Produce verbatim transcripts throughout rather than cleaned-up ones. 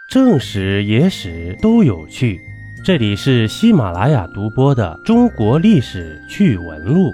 正史野史都有趣，这里是喜马拉雅独播的中国历史趣闻录。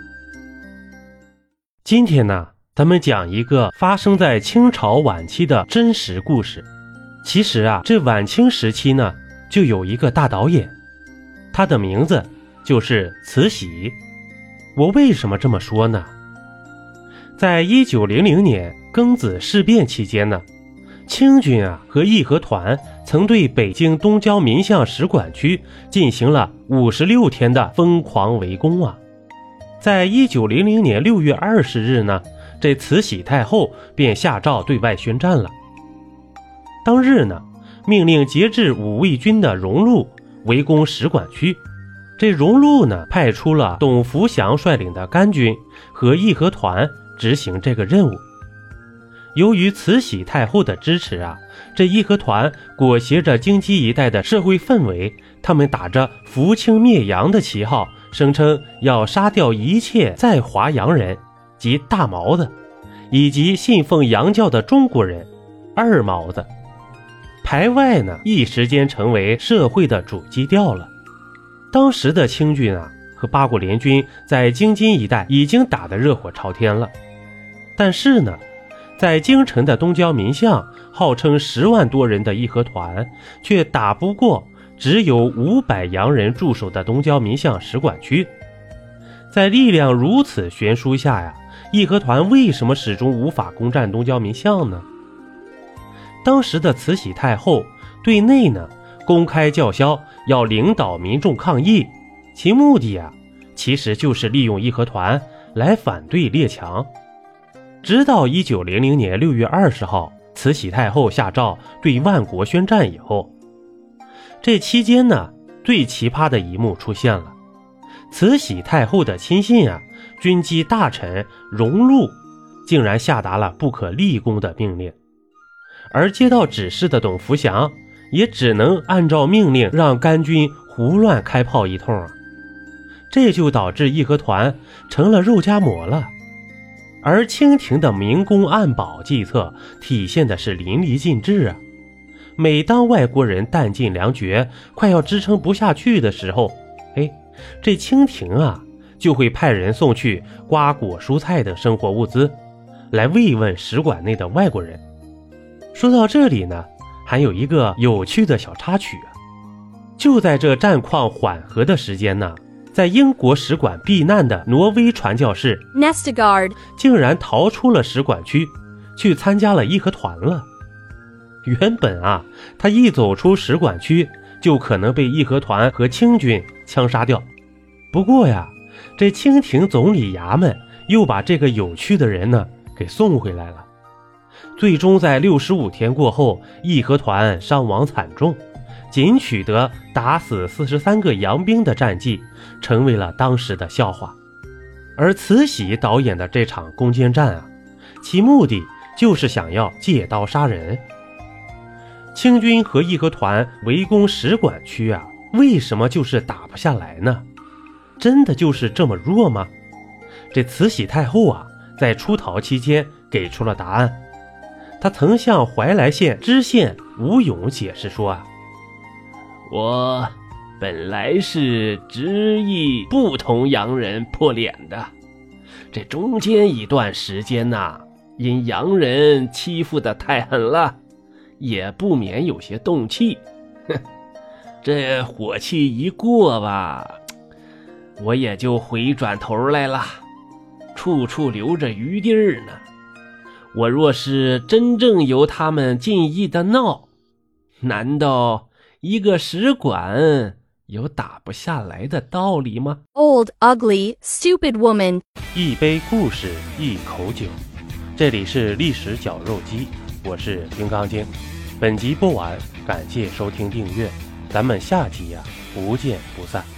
今天呢，咱们讲一个发生在清朝晚期的真实故事。其实啊，这晚清时期呢，就有一个大导演，他的名字就是慈禧。我为什么这么说呢？在一九零零年庚子事变期间呢，清军啊和义和团曾对北京东郊民巷使馆区进行了五十六天的疯狂围攻啊。在一九零零年六月二十日呢，这慈禧太后便下诏对外宣战了。当日呢，命令节制五味军的荣禄围攻使馆区。这荣禄呢，派出了董福祥率领的甘军和义和团执行这个任务。由于慈禧太后的支持啊，这义和团裹挟着京畿一带的社会氛围，他们打着扶清灭洋的旗号，声称要杀掉一切在华洋人及大毛子，以及信奉洋教的中国人二毛子。排外呢，一时间成为社会的主基调了。当时的清军啊和八国联军在京津一带已经打得热火朝天了，但是呢，在京城的东郊民巷，号称十万多人的义和团却打不过只有五百洋人驻守的东郊民巷使馆区。在力量如此悬殊下呀，义和团为什么始终无法攻占东郊民巷呢？当时的慈禧太后对内呢公开叫嚣要领导民众抗议，其目的啊其实就是利用义和团来反对列强。直到一九零零年六月二十号，慈禧太后下诏对万国宣战以后，这期间呢，最奇葩的一幕出现了。慈禧太后的亲信啊，军机大臣荣禄竟然下达了不可立功的命令，而接到指示的董福祥也只能按照命令让甘军胡乱开炮一通啊，这就导致义和团成了肉夹馍了。而清廷的明攻暗保计策体现的是淋漓尽致啊！每当外国人弹尽粮绝，快要支撑不下去的时候，哎，这清廷啊就会派人送去瓜果蔬菜等生活物资，来慰问使馆内的外国人。说到这里呢，还有一个有趣的小插曲啊，就在这战况缓和的时间呢，在英国使馆避难的挪威传教士 Nestegard 竟然逃出了使馆区，去参加了义和团了。原本啊，他一走出使馆区，就可能被义和团和清军枪杀掉。不过呀，这清廷总理衙门又把这个有趣的人呢给送回来了。最终在六十五天过后，义和团伤亡惨重，仅取得打死四十三个洋兵的战绩，成为了当时的笑话。而慈禧导演的这场攻坚战啊，其目的就是想要借刀杀人。清军和义和团围攻使馆区啊，为什么就是打不下来呢？真的就是这么弱吗？这慈禧太后啊，在出逃期间给出了答案。他曾向怀来县知县吴勇解释说啊， 我本来是执意不同洋人破脸的，这中间一段时间呐、啊，因洋人欺负得太狠了，也不免有些动气。哼，这火气一过吧，我也就回转头来了，处处留着余地儿呢。我若是真正由他们尽意的闹，难道一个使馆有打不下来的道理吗？ Old, ugly, stupid woman 一杯故事一口酒，这里是历史绞肉机，我是金刚经。本集播完，感谢收听订阅，咱们下集呀、啊、不见不散。